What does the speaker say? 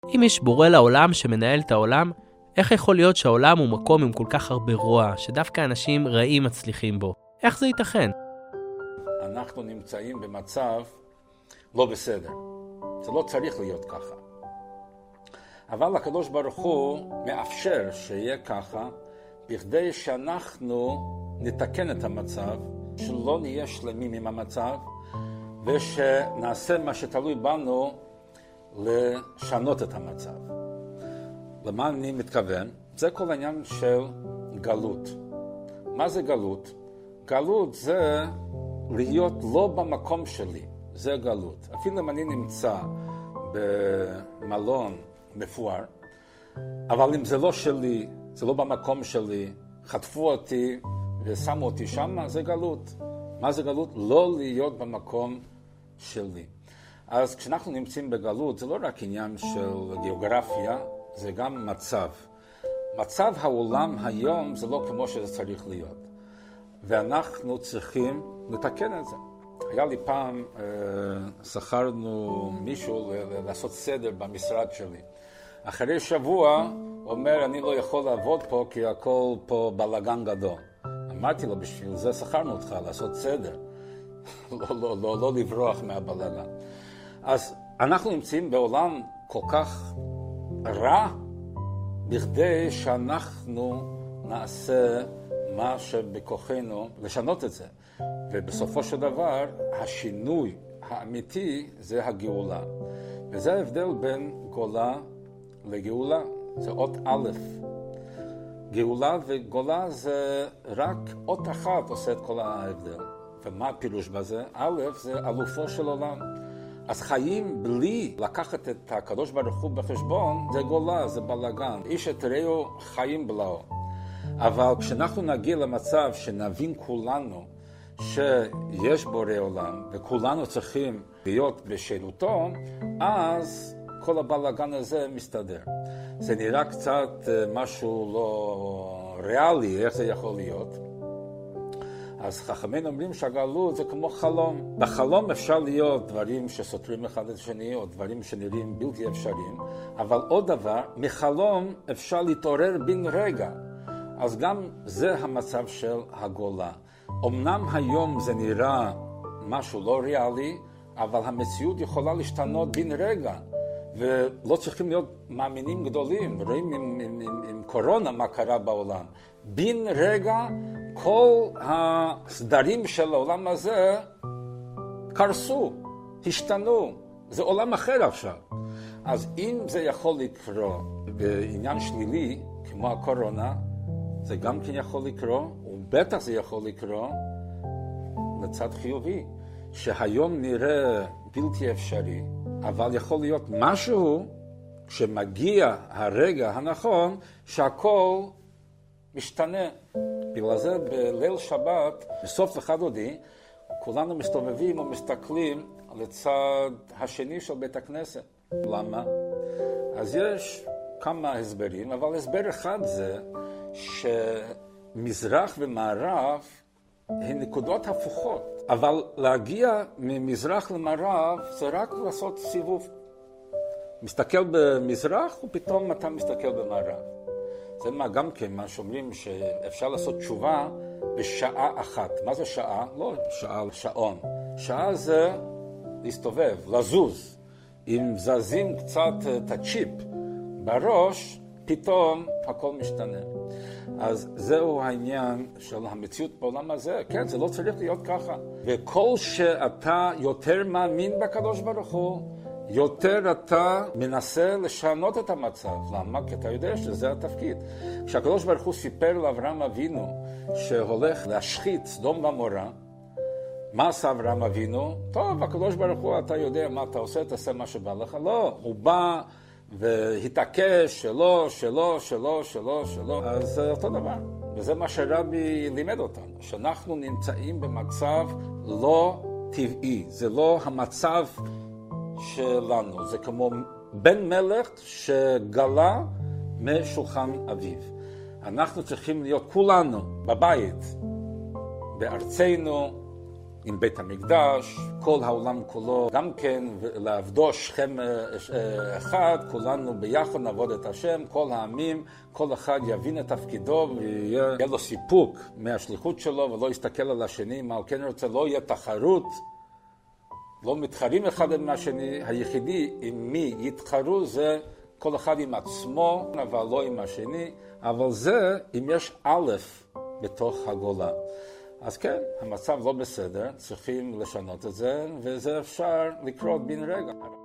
אם יש בורא לעולם שמנהל את העולם, איך יכול להיות שהעולם הוא מקום עם כל כך הרבה רוע, שדווקא אנשים רעים מצליחים בו? איך זה ייתכן? אנחנו נמצאים במצב לא בסדר. זה לא צריך להיות ככה. אבל הקדוש ברוך הוא מאפשר שיהיה ככה, בכדי שאנחנו נתקן את המצב, שלא נהיה שלמים עם המצב, ושנעשה מה שתלוי בנו לשנות את המצב. למה אני מתכוון? זה כל העניין של גלות. מה זה גלות? גלות זה להיות לא במקום שלי, זה גלות. אפילו אם אני נמצא במלון מפואר, אבל אם זה לא שלי, זה לא במקום שלי, חטפו אותי ושמו אותי שם, זה גלות. מה זה גלות? לא להיות במקום שלי. אז כשאנחנו נמצאים בגלות, זה לא רק עניין של גיאוגרפיה, זה גם מצב. מצב העולם היום זה לא כמו שזה צריך להיות. ואנחנו צריכים לתקן את זה. היה לי פעם, שכרנו מישהו לעשות סדר במשרד שלי. אחרי שבוע, הוא אומר, אני לא יכול לעבוד פה, כי הכל פה בלגן גדול. אמרתי לו, בשביל זה שכרנו אותך, לעשות סדר. לא לברוח מהבלגן. אז אנחנו נמצאים בעולם כל כך רע, בכדי שאנחנו נעשה מה שבכוחנו לשנות את זה. ובסופו של דבר, השינוי האמיתי זה הגאולה. וזה ההבדל בין גולה לגאולה. זה אות א'. גאולה וגולה זה רק אות אחת עושה את כל ההבדל. ומה הפירוש בזה? א' זה אלופו של עולם. אז חיים בלי לקחת את הקדוש ברוך הוא בחשבון, זה גולה, זה בלגן. איש את רעהו חיים בלעו. אבל כשאנחנו נגיע למצב שנבין כולנו שיש בורא עולם, וכולנו צריכים להיות בשאלותו, אז כל הבלגן הזה מסתדר. זה נראה קצת משהו לא ריאלי, איך זה יכול להיות? אז חכמים אומרים שהגלות זה כמו חלום. בחלום אפשר להיות דברים שסותרים אחד את השני, או דברים שנראים בלתי אפשריים, אבל עוד דבר, מחלום אפשר להתעורר בן רגע. אז גם זה המצב של הגולה. אמנם היום זה נראה משהו לא ריאלי, אבל המציאות יכולה להשתנות בן רגע. ולא צריכים להיות מאמינים גדולים. רואים עם קורונה מה קרה בעולם. בן רגע כל הסדרים של העולם הזה קרסו, השתנו. זה עולם אחר עכשיו. אז אם זה יכול לקרות בעניין שלילי, כמו הקורונה, זה גם כן יכול לקרות, ובטח זה יכול לקרות לצד חיובי, שהיום נראה בלתי אפשרי, אבל יכול להיות משהו שמגיע הרגע הנכון שהכל משתנה. בגלל זה בליל שבת, בסוף החודש, כולנו מסתובבים ומסתכלים לצד השני של בית הכנסת. למה? אז יש כמה הסברים, אבל הסבר אחד זה שמזרח ומערב הן נקודות הפוכות. אבל להגיע ממזרח למערב זה רק לעשות סיבוב. מסתכל במזרח ופתאום אתה מסתכל במערב. זה מה גם כן, מה שאומרים שאפשר לעשות תשובה בשעה אחת. מה זה שעה? לא שעה, שעון. שעה זה להסתובב, לזוז. אם זזים קצת את הצ'יפ בראש, פתאום הכל משתנה. אז זהו העניין של המציאות בעולם הזה. כן, זה לא צריך להיות ככה. וכל שאתה יותר מאמין בקדוש ברוך הוא, יותר אתה מנסה לשנות את המצב. למה? כי אתה יודע שזה התפקיד. כשהקדוש ברוך הוא סיפר לאברהם אבינו שהולך להשחית סדום ועמורה, מה עשה אברהם אבינו? טוב, הקדוש ברוך הוא, אתה יודע מה אתה עושה, תעשה מה שבא לך. לא, הוא בא והתעקש שלא. אז זה אותו דבר. וזה מה שרבי לימד אותנו, שאנחנו נמצאים במצב לא טבעי. זה לא המצב שלנו. זה כמו בן מלך שגלה משולחן אביו. אנחנו צריכים להיות כולנו בבית, בארצנו, עם בית המקדש, כל העולם כולו גם כן, לעבדו שכם אחד, כולנו ביחד נעבוד את השם, כל העמים, כל אחד יבין את תפקידו ויהיה לו סיפוק מהשליחות שלו ולא יסתכל על השני, מה הוא כן רוצה, לא יהיה תחרות, לא מתחרים אחד עם השני, היחידי עם מי יתחרו זה כל אחד עם עצמו, אבל לא עם השני, אבל זה אם יש א' בתוך הגולה. אז כן, המצב לא בסדר, צריכים לשנות את זה, וזה אפשר לקרות בן רגע.